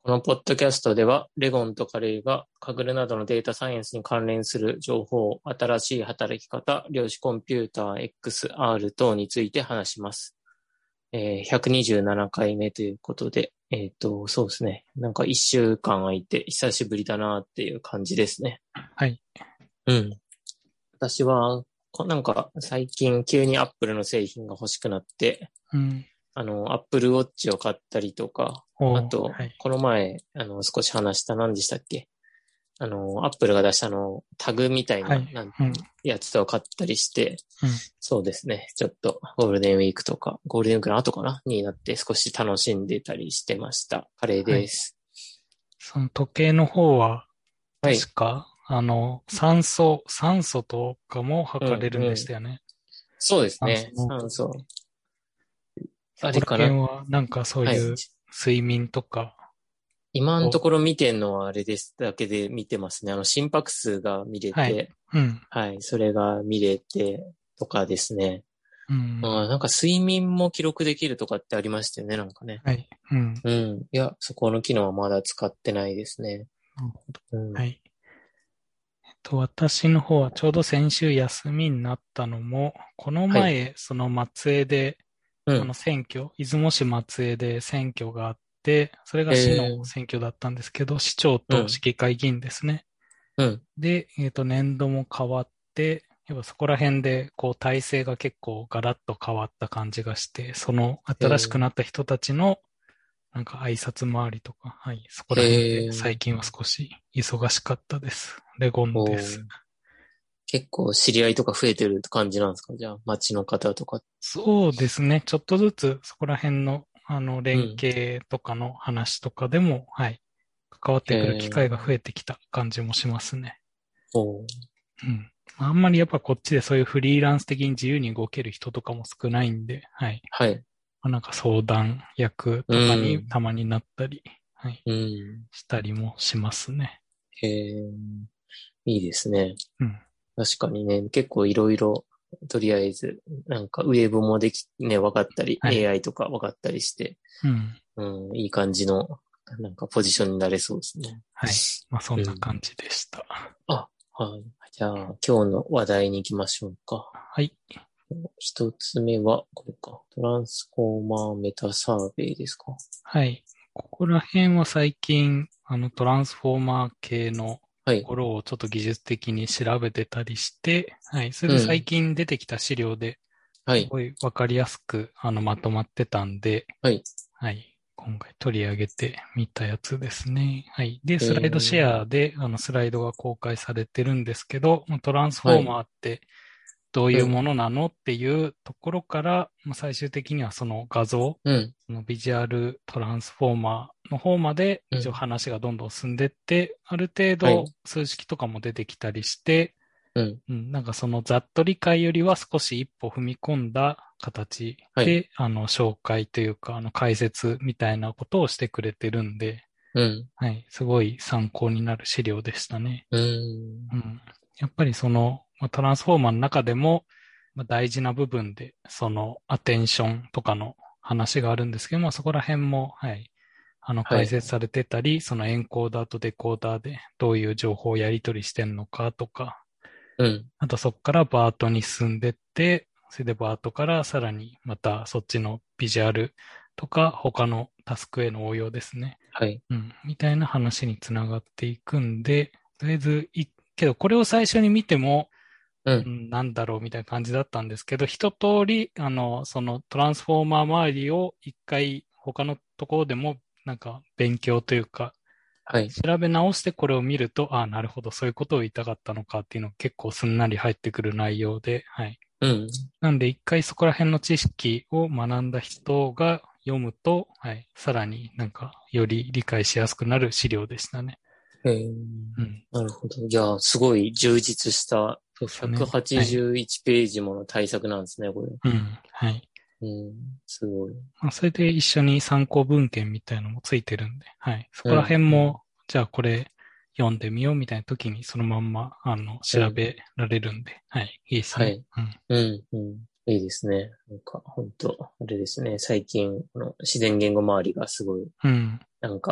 このポッドキャストでは、レゴンとカレイがカグルなどのデータサイエンスに関連する情報、新しい働き方、量子コンピューター XR 等について話します。127回目ということで、そうですね。なんか一週間空いて久しぶりだなっていう感じですね。 はい。 うん。私は、なんか最近急に Apple の製品が欲しくなって、 うん。 Apple Watch を買ったりとか、あと、 はい。 この前、少し話した何でしたっけ？Apple が出したタグみたいな、 はい。うん。 やつを買ったりして、 うん。 そうですね。ちょっとゴールデンウィークとか、ゴールデンウィークの後かなになって少し楽しんでたりしてました。カレーはい。 です。 その時計の方は、 はい。 確か、酸素とかもう測れるんでんうん。 したよね。 そうですね。 酸素濃度。 酸素。 そこらあれかな？ 辺は、なんかそうはい。 いう睡眠とか今のとを、 ころ見てんのはあれです。だけで見てますね。心拍数が見れはい。 て、 うん。 はい。それが見れてとかですね。 うん。 なんか睡眠も記録できるとかってありましたよね、なんかね。 はい。うん。なうん。いや、そこの機能はまだ使ってないですね。 るほど。 うん。 はい。私の方はちょうど先週休みになったのも、このはい。 前、その松江で、 うん。 出雲市松江で選挙があって、それが市のー、 選挙だったんですけど、市長うん。 と市議会議員ですね。 うん。 で、年度も変わって、やっぱそこら辺で、体制が結構ガラッと変わった感じがして、その新しくなった人たちの、なんか挨拶回りとか、はい、そこら辺で最近は少し忙しかったです。レゴンです。 結構知り合いとか増えてる感じなんですか？じゃあ、街の方とか。 そうですね。ちょっとずつそこら辺の、連うん。 携とかの話とかでも、はい、関わってくる機会が増えてきた感じもしますね。 おー、 うん。あんまりやっぱこっちでそういうフリーランス的に自由に動ける人とかも少ないんで、はい。 はい。 なんか相談役うとかにん。 たまになったり、はい、 うん。 したりもしますね。 いいですね。 うん。 確かにね、結構いろいろ、とりあえず、なんかウェブもね、分かったり、 はい。 AI とか分かったりして、 うん。 うん、いい感じの、なんかポジションになれそうですね。 はい。まあそんなうん。 感じでした。 あ、はい。じゃあ、今日の話題に行きましょうか。 はい。 一つ目は、これか。トランスフォーマーメタサーベイですか。 はい。ここら辺は最近、トランスフォーマー系のはい。 ところをちょっと技術的に調べてたりして、はい。それで最うん。 近出てきた資料ではい。 すごいわかりやすく、まとまってたんで、 はい。 はい。今回取り上げてみたやつですね。はい。で、 えスライドシー、 ェアで、スライドが公開されてるんですけど、トランスフォーはい。 マーってどういううん。 ものなのっていうところから、最終的にはその画像、 うん。 そのビジュアルトランスフォーマーの方まで一応うん。 話がどんどん進んでって、ある程はい。 度数式とかも出てきたりして、 うん。 なんかそのざっと理解よりは少し一歩踏み込んだ形はい。 で、紹介というか、解説みたいなことをしてくれてるんで、 うん。 はい、すごい参考になる資料でしたね。 うん。 うん。やっぱりその、トランスフォーマーの中でも、大事な部分で、その、アテンションとかの話があるんですけども、そこら辺も、はい、解はい。 説されてたり、そのエンコーダーとデコーダーでどういう情報をやり取りしてんのかとか、 うん。 あとそこからバートに進んでって、それでバートからさらにまたそっちのビジュアルとか他のタスクへの応用ですね。 はい。 うん、みたいな話につながっていくんで、とりあえずけどこれを最初に見ても、 うん。 うん、なんだろうみたいな感じだったんですけど、一通り、そのトランスフォーマー周りを一回他のところでもなんか勉強というか、 はい。 調べ直してこれを見ると、ああ、なるほど、そういうことを言いたかったのかっていうのが結構すんなり入ってくる内容で、はい。 うん。 なんで一回そこら辺の知識を学んだ人が読むと、はい。さらになんかより理解しやすくなる資料でしたね。うん。 なるほど。いや、すごい充実したそうですね。はい。 181ページもの対策なんですね、これ。 うん。はい。 うん。すごい。 まあ、それで一緒に参考文献みたいなのもついてるんで、はい。そこらうん。 辺も、じゃあこれ読んでみようみたいな時にそのまんま、調うん。 べられるんで、はい。いいですね。 はい。 うん。 うん。うん。いいですね。なんか、本当あれですね。最近の自然言語周りがすごい、 うん。 なんか、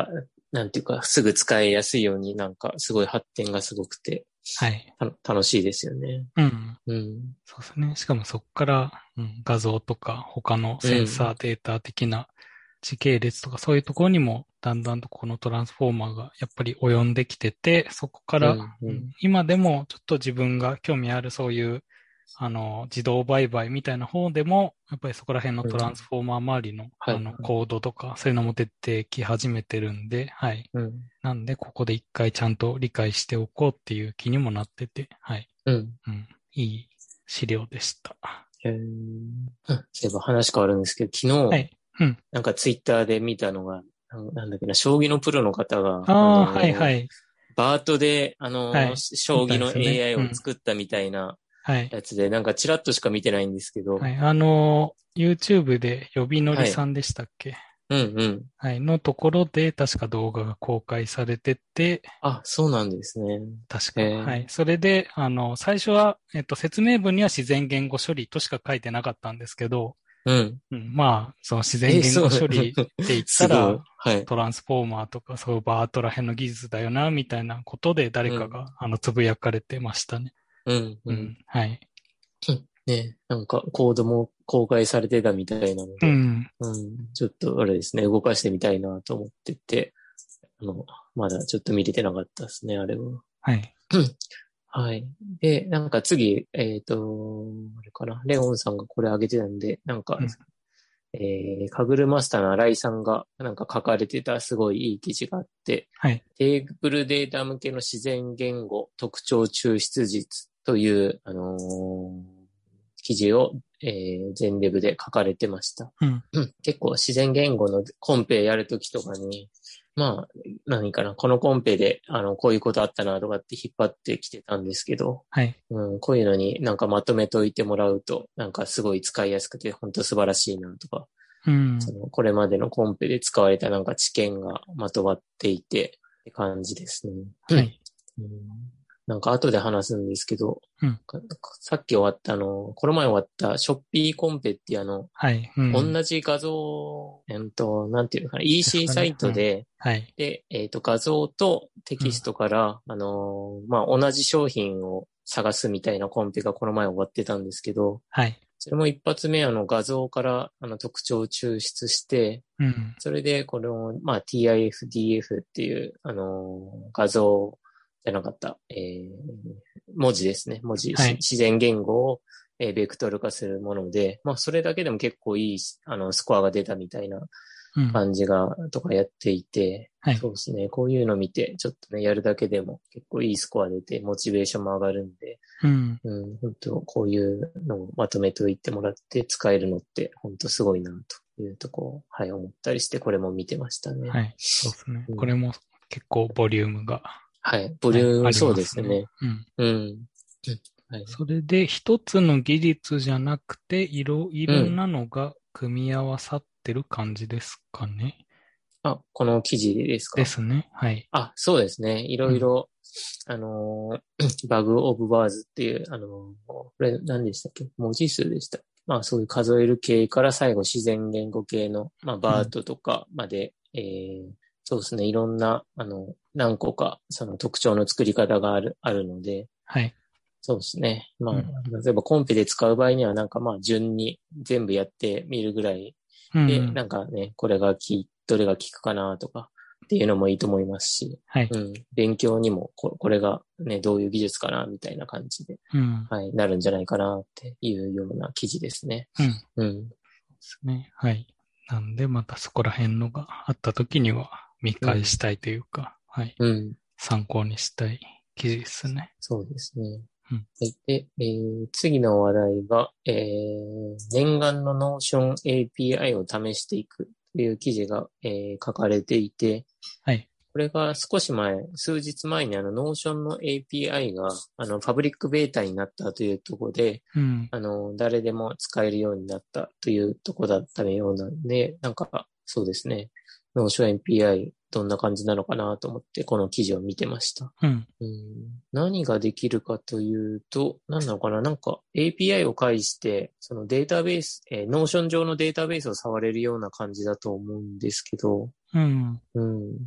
なんていうか、すぐ使いやすいようになんかすごい発展がすごくて、 はい。 楽しいですよね。 うん。 うん。 そうですね。しかもそこから、画像とか他のセンサうん。 ーデータ的な時系列とかそういうところにもだんだんとこのトランスフォーマーがやっぱり及んできてて、そこから、 うん。うん。 今でもちょっと自分が興味あるそういう自動売買みたいな方でも、やっぱりそこら辺のトランうん。 スフォーマー周りの、 はい。 コードとか、そういうのも出てき始めてるんで、はい。 うん。 なんで、ここで一回ちゃんと理解しておこうっていう気にもなってて、はい。 うん。 いい資料でした。 そういえば話変わるんですけど、昨日、 はい。うん。 なんかツイッターで見たのが、なんだっけな、将棋のプロの方が、 ああ、はいはい。 バートで、 はい。見将棋のたですね。 AI を作ったみたいなはい。 やつで、なんかチラッとしか見てないんですけど、 はい。YouTube で呼びのりはい。 さんでしたっけ？ うんうん。 はい。のところで、確か動画が公開されてて、 あ、そうなんですね。 確か。 へえ。 はい。それで、最初は、説明文には自然言語処理としか書いてなかったんですけど、 うん。 まあ、その自然言そう、 語処理って言ったすごい。 ら、 はい。 トランスフォーマーとか、そういうバートら辺の技術だよな、みたいなことで誰かが、 うん。 つぶやかれてましたね。 うん。うん。 はい。 ね、なんかコードも公開されてたみたいなので、 うん。 ちょっとあれですね、動かしてみたいなと思ってて、あの、まだちょっと見れてなかったですね、あれは。 はい。 はい。で、なんか次、あれかな、レオンさんがこれ上げてたんで、なんか、 うん。 カグルマスターの新井さんがなんか書かれてたすごいいい記事があって、 はい。 テーブルデータ向けの自然言語特徴抽出術という、記事を、全レブで書かれてました。 うん。 結構自然言語のコンペやるときとかに、まあ、何かな、このコンペで、こういうことあったなとかって引っ張ってきてたんですけど、 はい。 こういうのになんかまとめといてもらうと、なんかすごい使いやすくて、本当素晴らしいなとか、 うん。 これまでのコンペで使われたなんか知見がまとまっていて、って感じですね。 はい。 うん、なんか後で話すんですけど、 うん。 さっき終わったこの前終わったショッピーコンペっていうはい。うん。 同じ画像、なんていうのかな、 です EC サかね。うん。 イトで、 はい。 で、画像とテうん。 キストから、まあ、同じ商品を探すみたいなコンペがこの前終わってたんですけど、 はい。 それも一発目画像から特徴を抽出して、 うん。 それでこの、まあ、TIF、DF っていう、画像じゃなかった、文字ですね。文字、 はい。 自然言語を、ベクトル化するもので、まあ、それだけでも結構いい、スコアが出たみたいなうん。 感じが、とかやっていて、 はい。 そうですね。こういうの見て、ちょっとね、やるだけでも結構いいスコア出て、モチベーションも上がるんで、 うん。 本当こういうのをまとめておいてもらって使えるのって本当すごいなというとこ、はい、思ったりして、これも見てましたね。 はい。そうですね。 うん、 これも結構ボリュームが、 はい、ボリはい、あューム、そうりますね。 ですね。 うん。 うん。はい。 それで一つの技術じゃなくて、いろいろうん。 なのが組み合わさってる感じですかね。 あ、この記事ですか？ ですね。はい。 あ、そうですね。いうん。 ろいろ、バグオブバーズっていう、これ何でしたっけ？文字数でした。まあそういう数える系から最後自然言語系の、まあバーうん。 トとかまで、そうですね。いろんな、何個かその特徴の作り方があるので、 はい。 そうですね。まあ、 うん。 例えばコンペで使う場合にはなんかまあ順に全部やってみるぐらいで、 うん。 なんかね、どれが効くかなとかっていうのもいいと思いますし、 はい。 勉強にもこれがね、どういう技術かなみたいな感じで、 うん。 はい、なるんじゃないかなっていうような記事ですね。 うん。でうん、 すね。はい。なんで、またそこら辺のがあった時には見うん、 返したいというか、はい。 うん、 参考にしたい記事ですね。 そうですね。 うん。 はい。で、次の話題が、念願の Notion API を試していくという記事が、書かれていて、 はい。 これが数日前にNotion の API が、パブリックベータになったというところで、 うん。 誰でも使えるようになったというところだったようなんで、なんか、そうですね。Notion API どんな感じなのかなと思ってこの記事を見てました。 うん。 何ができるかというと、何なのかな、なんか API を介して、そのデータベース、Notion 上のデータベースを触れるような感じだと思うんですけど、 うん。 うん。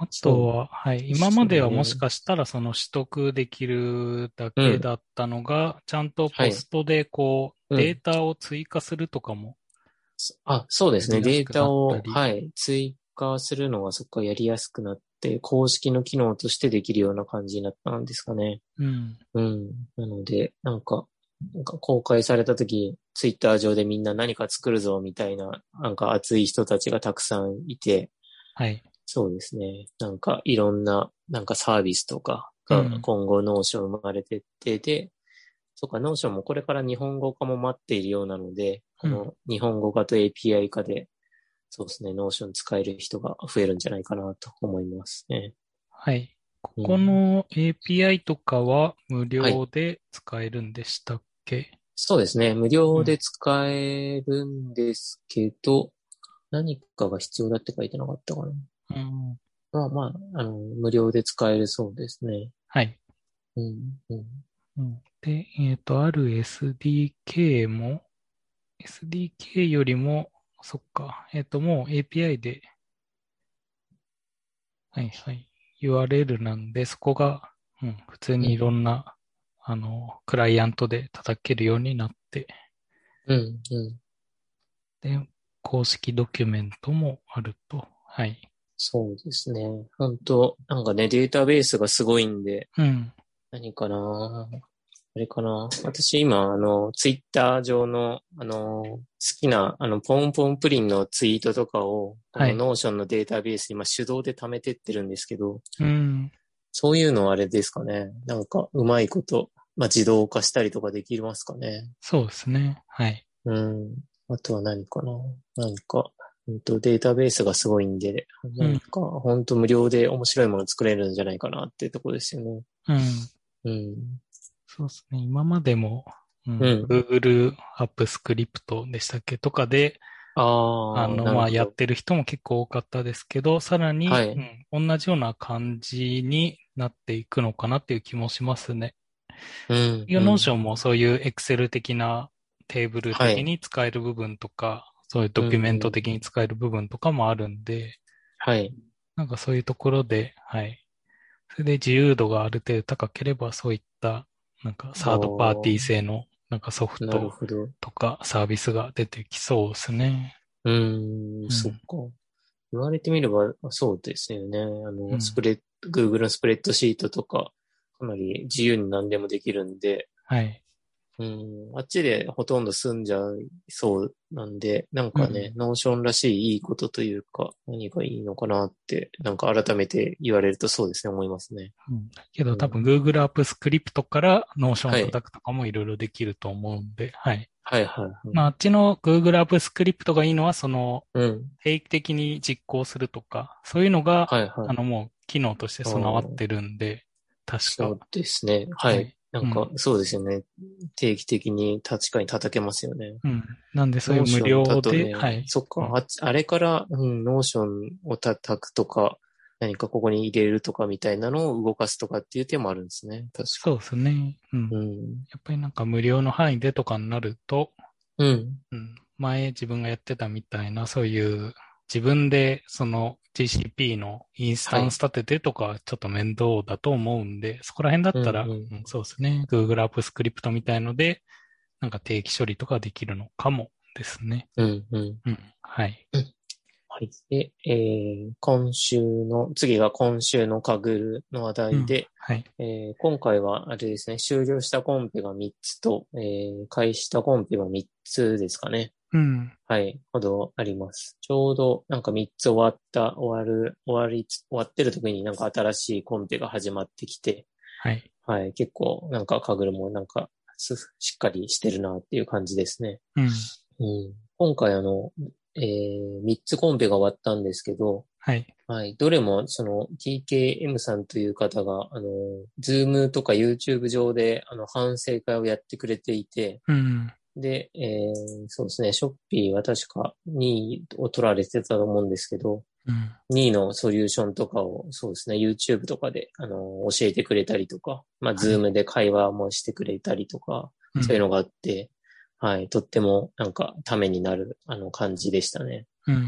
あとは、はい。今まではもしね。 かしたらその取得できるだうん。 けだったのが、ちゃんとポはい。 ストでこう、 うん。 データを追加するとかもあ、そうですね。 やりやすデーくなったタを、 り。 はい、追加するのがそっかやりやすくなって、公式の機能としてできるような感じになったんですかね。 うん。 うん。なので、なんか公開された時、ツイッター上でみんな何か作るぞみたいな、なんか熱い人たちがたくさんいて、 はい。 そうですね。なんかいろんな、なんかサービスとかがうん。 今後ノーション生まれてって、で、そうか、ノーションもこれから日本語化も待っているようなので、 うん。 この日本語化と API 化で、そうですね、ノーション使える人が増えるんじゃないかなと思いますね。 はい。こうん。 この API とかは無はい。 料で使えるんでしたっけ？ そうですね、無料でうん。 使えるんですけど、何かが必要だって書いてなかったかな。 うん。 まあまあ、無料で使えるそうですね。 はい。 うん、うん。 うん、で、ある SDK も、SDK よりも、そっか、もう API で、はいはい、URL なんで、そこが、うん、普通にいろうん、 んな、クライアントで叩けるようになって、 うん、うん。 で、公式ドキュメントもあると。はい。 そうですね。本当なんかね、データベースがすごいんで、 うん。 何かなあれかな私今、ツイッター上の、好きな、ポンポンプリンのツイートとかを、こはい。 のノーションのデータベースに今手動で貯めてってるんですけど、 うん。 そういうのはあれですかね。なんか、うまいこと、まあ、自動化したりとかできますかね。 そうですね。はい。 うん。あとは何かな。何か、データベースがすごいんで、 うん。 何か、本当無料で面白いもの作れるんじゃないかなっていうところですよね。 うん。 うん。 そうですね。今までも、うん、 うん。 Google アップスクリプトでしたっけとかで、 ああ、なるまあ、 ほど。 やってる人も結構多かったですけど、さらに、 はい。 同じような感じになっていくのかなっていう気もしますね。 うん、 ノーションうん。 もそういう Excel 的なテーブル的はい。 に使える部分とか、そういうドキュうん、 メントうん。 的に使える部分とかもあるんで、 はい。 なんかそういうところで、はい。それで自由度がある程度高ければ、そういった、なんかあサードパーティーあ、 製の、なんかソフなるトほど。 とかサービスが出てきそうですね。 うーん、そっうん。 か。言われてみれば、そうですよね。 うん。 Google のスプレッドシートとか、かなり自由に何でもできるんで、 はい。 うん、あっちでほとんど済んじゃいそうなんで、なんかね、 うん。 ノーションらしいいいことというか、何がいいのかなって、なんか改めて言われるとそうですね、思いますね。 うん。けど多分うん、 Google アップスクリプトから Notion はい。 叩くとかもいろいろできると思うんで、はい。 はい、はい、はい。 まあ、あっちの Google アップスクリプトがいいのは、その、 うん。 定期的に実行するとか、そういうのが、 はい、はい。 もう機能としてあ備わってあ。 るんで、確か。 そうですね。はい。 はい。 なんか、 うん。 そうですよね。定期的に確かに叩けますよね。 うん。なんでそういう無ノーションだ料で、 とね、 はい。 そっか、 うん。 あれから、ノーションを叩くとか、何かここに入れるとかみたいなのを動かすとかっていう手もあるんですね。確か。 そうですね。うん。 うん。 やっぱりなんか無料の範囲でとかになると、 うん。 うん。前自分がやってたみたいな、そういう自分でその GCP のインスはい。 タンス立ててとかちょっと面倒だと思うんで、そこら辺だっうん、 たら、 うん。 うん、そうですね。Google アップスクリプトみたいので、なんか定期処理とかできるのかもですね。 うん、うん。 うん。はい。 はい。で、次が今週のカグルの話うん。 題で、 はい。 今回はあれですね、終了したコンペが3つと、開始したコンペは3つですかね。 うん。 はい、ほどあります。ちょうどなんか3つ終わってる時になんか新しいコンペが始まってきて、 はい。 はい、結構なんかカグルもなんかしっかりしてるなっていう感じですね。 うん。 うん、今回3つコンペが終わったんですけど、 はい。 はい。どれも、その、TKM さんという方が、ズームとか YouTube 上で、反省会をやってくれていて、 うん。 で、そうですね、ショッピーは確か2位を取られてたと思うんですけど、 うん。 2位のソリューションとかを、そうですね、YouTube とかで、教えてくれたりとか、まあ、 はい。 ズームで会話もしてくれたりとか、 うん。 そういうのがあって、はい、とっても、なんか、ためになる、感じでしたね。 うん。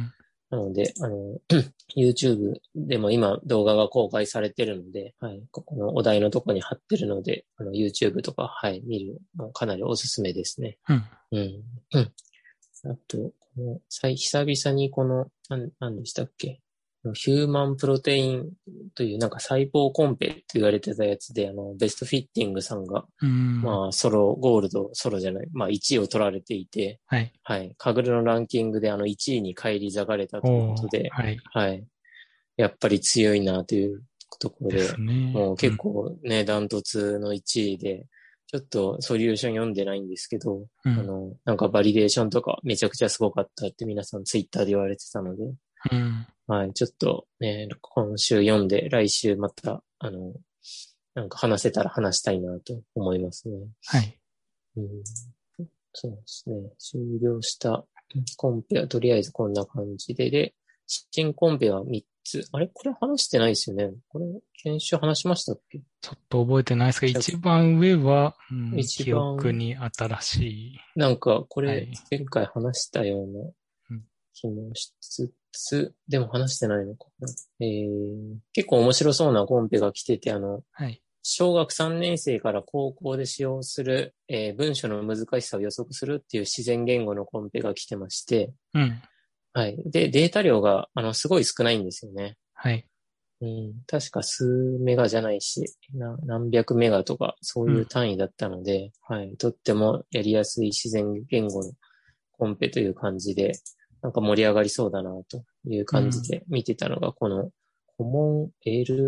なので、YouTube でも今動画が公開されてるので、はい、ここのお題のとこに貼ってるので、YouTube とか、はい、見るのかなりおすすめですね。 うん。 うん。うん。あと、久々になんでしたっけ？ヒューマンプロテインというなんか細胞コンペって言われてたやつで、ベストフィッティングさんが、 うん。 まあ、ソロじゃない、まあ1位を取られていて、 はい。 はい。カグルのランキングで1位に返り咲かれたということで、 はい。 はい。やっぱり強いなというところでで、 すね。 もう結構ね、ダントツの1位で、ちょっとソリューション読んでないんですけど、 うん。 なんかバリデーションとかめちゃくちゃすごかったって皆さんツイッターで言われてたので、 うん。 はい、ちょっとね、今週読んで来週また、なんか話せたら話したいなと思いますね。 はい。 うん、そうですね。終了したコンペはとりあえずこんな感じで、新コンペは3つ。あれこれ話してないですよね。これ、先週話しましたっけ？ ちょっと覚えてないですが、一番上は、記憶一番、 に新しい。 なんか、これ、 はい。 前回話したようなうん。 気もしつつ、でも話してないのかな。結構面白そうなコンペが来てて、 はい。 小学3年生から高校で使用する、文章の難しさを予測するっていう自然言語のコンペが来てまして、 うん。 はい。で、データ量が、すごい少ないんですよね。 はい。 うん。確か数メガじゃないし、何百メガとか、そういううん。 単位だったので、はい。とってもやりやすい自然言語のコンペという感じで、なんか盛り上がりそうだな、といううん。 感じで見てたのが、この、コモン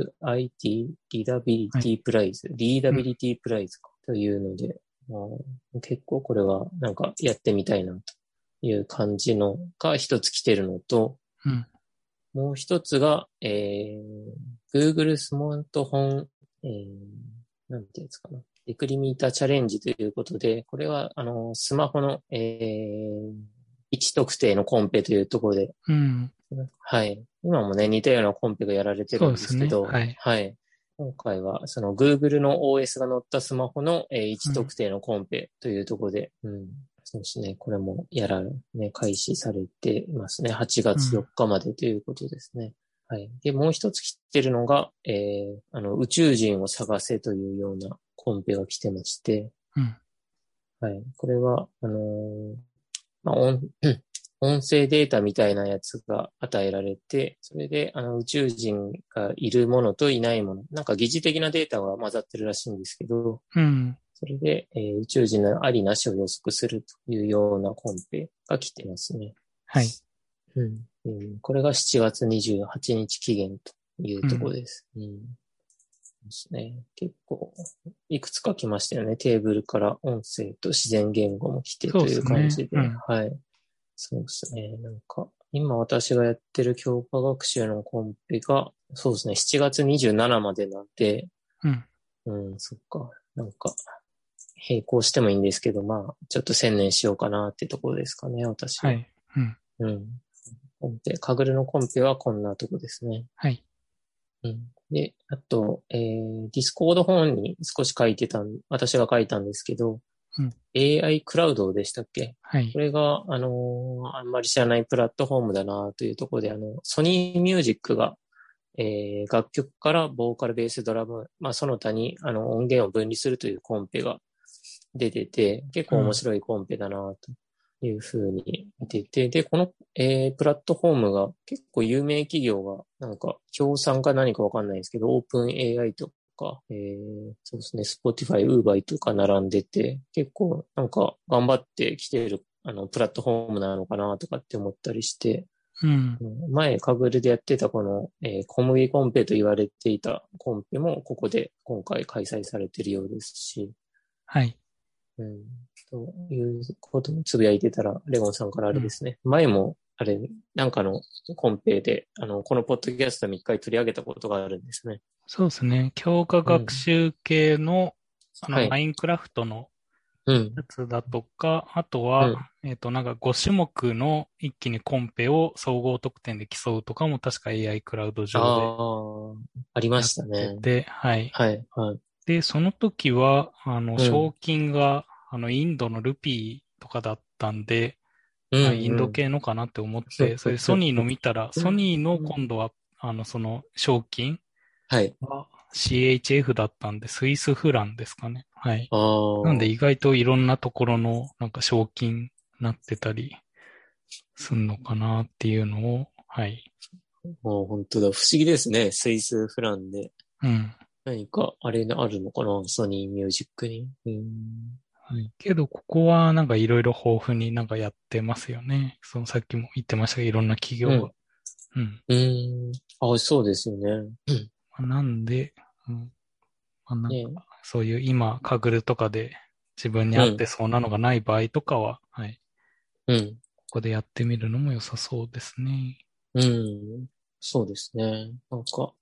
LIT リダビリはい。 ティプライズ、リーダうん。 ビリティプライズかというので、まあ、結構これはなんかやってみたいなという感じのが一つ来てるのと、 うん。 もう一つが、Google スマートフォン、なんていうんですかな。デクリミーターチャレンジということで、これは、スマホの、位置特定のコンペというところで、 うん。 はい。今もね、似たようなコンペがやられてるんでそうですね。 すけど、 はい。 はい。今回は、その Google の OS が載ったスマホの、位置うん。 特定のコンペというところで、うん。そうですね。これも開始されていますね。8月うん。 4日までということですね。はい。で、もう一つ来てるのが、宇宙人を探せというようなコンペが来てまして、 うん。 はい。これは、まあ、音声データみたいなやつが与えられて、それで、宇宙人がいるものといないもの、なんか疑似的なデータが混ざってるらしいんですけど、 うん。 それで、宇宙人のありなしを予測するというようなコンペが来てますね。 はい。 これが7月28日期限というとこうん。 ろです。ですね。結構、いくつか来ましたよね。テーブルから音声と自然言語も来てそうでというすね。 感じで。 うん。 はい。そうですね。なんか、今私がやってる教科学習のコンペが、そうですね。7月27までなんで、 うん。 そっか。なんか、並行してもいいんですけど、まあ、ちょっと専念しようかなってところですかね、私は。 はい。うん。 うん。コンペ、カグルのコンペはこんなとこですね。 はい。 で、あと、ディスコード本に少し私が書いたんですけど、 うん。 AI クラウドでしたっけ？ はい。 これが、あんまり知らないプラットフォームだなというところで、ソニーミュージックが、楽曲からボーカル、ベース、ドラム、まあ、その他に、音源を分離するというコンペが出てて、結構面うん。 白いコンペだなというふうに見てて、で、この、プラットフォームが結構有名企業が、なんか、協賛か何かわかんないんですけど、オープン AI とか、そうですね、Spotify、Uber とか並んでて、結構なんか頑張ってきてる、プラットフォームなのかなとかって思ったりして、 うん。 前、カグルでやってたこの、小麦コンペと言われていたコンペもここで今回開催されているようですし、 はい。 うん、ということをつぶやいてたら、レゴンさんからあうん。 れですね。前も、あれ、なんかのコンペで、このポッドキャストに一回取り上げたことがあるんですね。 そうですね。強化うん。 学習系の、 はい。 マインクラフトのうん。 やつだとか、あとは、 うん。 なんか5種目の一気にコンペを総合得点で競うとかも確か AI クラウドあ上であ、ありまやっしたね。 てて、はい。 はい。はい。 で、その時は、賞うん。 金が、インドのルピーとかだったんで、 うんはい、インドうん。 系のかなって思って、それでソニーの見たら、ソニーの今度は、その賞金はい。 は CHF だったんで、スイスフランですかね。はい。 ああ、 なんで意外といろんなところのなんか賞金なってたりすんのかなっていうのを、はい。 もう本当だ。不思議ですね。スイスフランで。 うん。 何か、あれあるのかなソニーミュージックに。 はい。けど、ここはなんかいろいろ豊富になんかやってますよね。そのさっきも言ってましたけど、いろんな企業が。 うん。 うん。 あ、そうですよね。 なんで、うん。なんか、 ね。 そういう今、カグルとかで自分に合ってうん。 そうなのがない場合とかは、はい。 うん。 ここでやってみるのも良さそうですね。 うん。そうですね。なんか、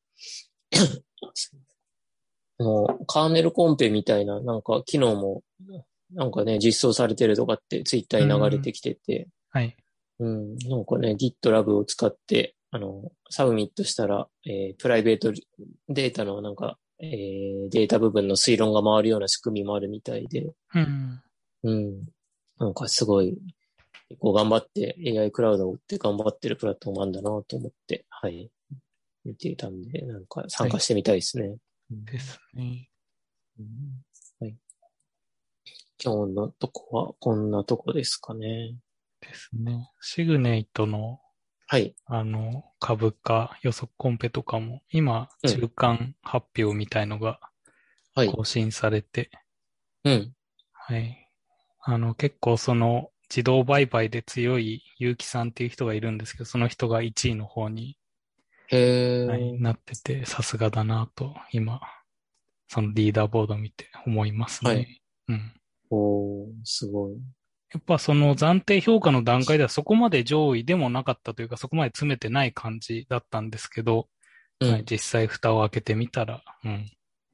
カーネルコンペみたいな、なんか、機能も、なんかね、実装されてるとかってツイッターうに流れん。 てきてて、 はい。 なんかね、GitLab を使って、サブミットしたら、プライベートデータのなんか、データ部分の推論が回るような仕組みもあるみたいで、 うん。 うん。なんかすごい、結構頑張って AI クラウドを売って頑張ってるプラットフォームなんだなと思って、はい、見ていたんで、なんかはい。 参加してみたいですね。うん。 ですね。 うん。はい。今日のとこはこんなとこですかね。 ですね。シグネイトの、 はい。 株価予測コンペとかも、今、 うん。 中間発表みたいのがはい。 更新されて、 うん。 はい。結構その、自動売買で強い結城さんっていう人がいるんですけど、その人が1位の方に、 へはい、 ー。 なってて、さすがだなと、今、そのリーダーボードを見て思いますはい。 ね。うん。 すごい。 やっぱその暫定評価の段階ではそこまで上位でもなかったというか、そこまで詰めてない感じだったんですけど、はい、 うん。 実際蓋を開けてみたら、うん、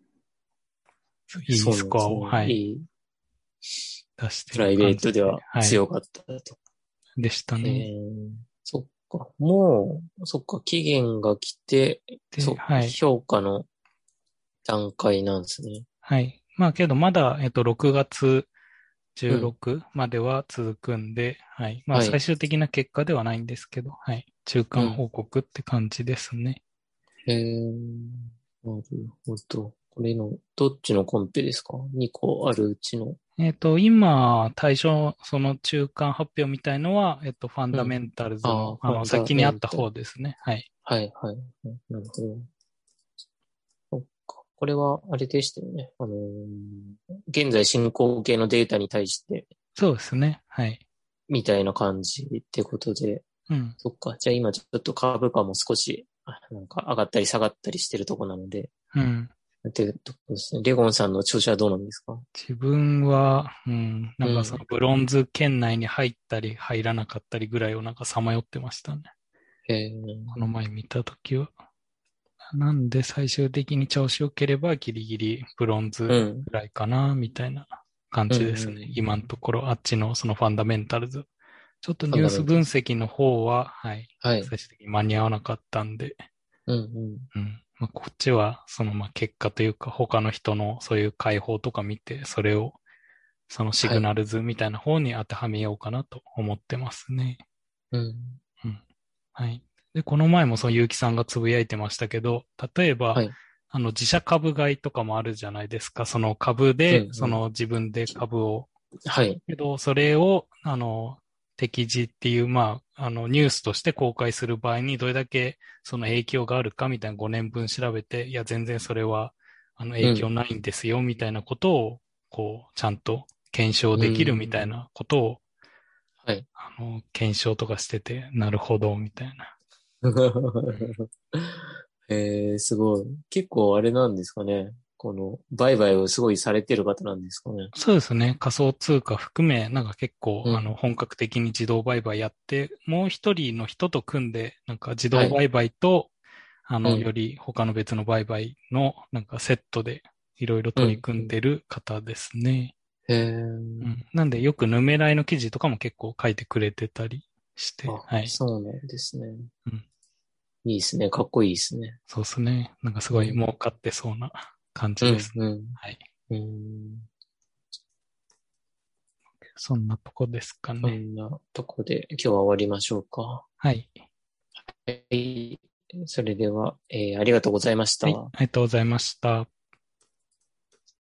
いいそうスコアを、 なんですね。 はい、 いい。 出してるプライベ感じで、 ートでははい、 強かったと。 でしたへね。 え、そっか。もう、そっか、期限が来て、 で、はい、 評価の段階なんですね。 はい。まあけどまだ、6月うん。 16までは続くんで、はい。まあはい。 最終的な結果ではないんですけど、はい。中間うん。 報告って感じですね。 へえ、なるほど。これの、どっちのコンペですか？ 2 個あるうちの。 今、対象、その中間発表みたいのは、ファンうん。 ダメンタルズの、 ああ、ファンダ先にあったメンタル。 方ですね。はい。 はい、はい。なるほど。そっか。これは、あれでしたよね。現在進行形のデータに対して、 そうですね。はい。 みたいな感じってことで、 うん。 そっか。じゃあ今ちょっと株価も少し、なんか上がったり下がったりしてるとこなので、 うん。 っていうとこですね。レゴンさんの調子はどうなんですか？ 自分は、うん、なんかそのうん。 ブロンズ圏内に入ったり入らなかったりぐらいをなんかさまよってましたね。この前見たときは。なんで最終的に調子良ければギリギリブロンズうん。 ぐらいかな、みたいな感うん。 じですね。 うん。 今のところあっちのそのファンダメンタルズ。ちょっとファンニュース分ダメンタルズ。 析の方は、はい、 はい。 最終的に間に合わなかったんで、 うん。 うん。まあ、こっちは、そのまあ結果というか他の人のそういう解放とか見て、それをそのシはい。 グナルズみたいな方に当てはめようかなと思ってますね。 うん。 うん。はい。で、この前もその結城さんがつぶやいてましたけど、例えば、 はい。 自社株買いとかもあるじゃないですか。その株で、 うん。 そうん。 の自分で株を、 はい。 けど、それを、適時っていう、まあ、ニュースとして公開する場合にどれだけその影響があるかみたいな5年分調べて、いや、全然それは、影響うん。 ないんですよ、みたいなことを、こう、ちゃんと検証うできるみたいん。 なことを、 はい。 検証とかしてて、なるほど、みたいな。 すごい。結構あれなんですかね。この、売買をすごいされてる方なんですかね。 そうですね。仮想通貨含め、なんか結構、 うん。 本格的に自動売買やって、もう一人の人と組んで、なんか自はい。 動売買と、ようん。 り他の別の売買の、なんかセットでいろいろ取りうん。うん。 組んでる方ですね。 へえ。 うん。なんでよくヌメライの記事とかも結構書いてくれてたりして、 あ、 はい。 そうなんですね。 うん。 いいですね。かっこいいですね。 そうですね。なんかすごい儲うん。 かってそうな感うん。 じですね。 うん。 はい。 うん。 そんなとこですかそね。 んなとこで今日は終わりましょうか。 はい。 はい。それでは、ありがとうございました。 はい。ありがとうございました。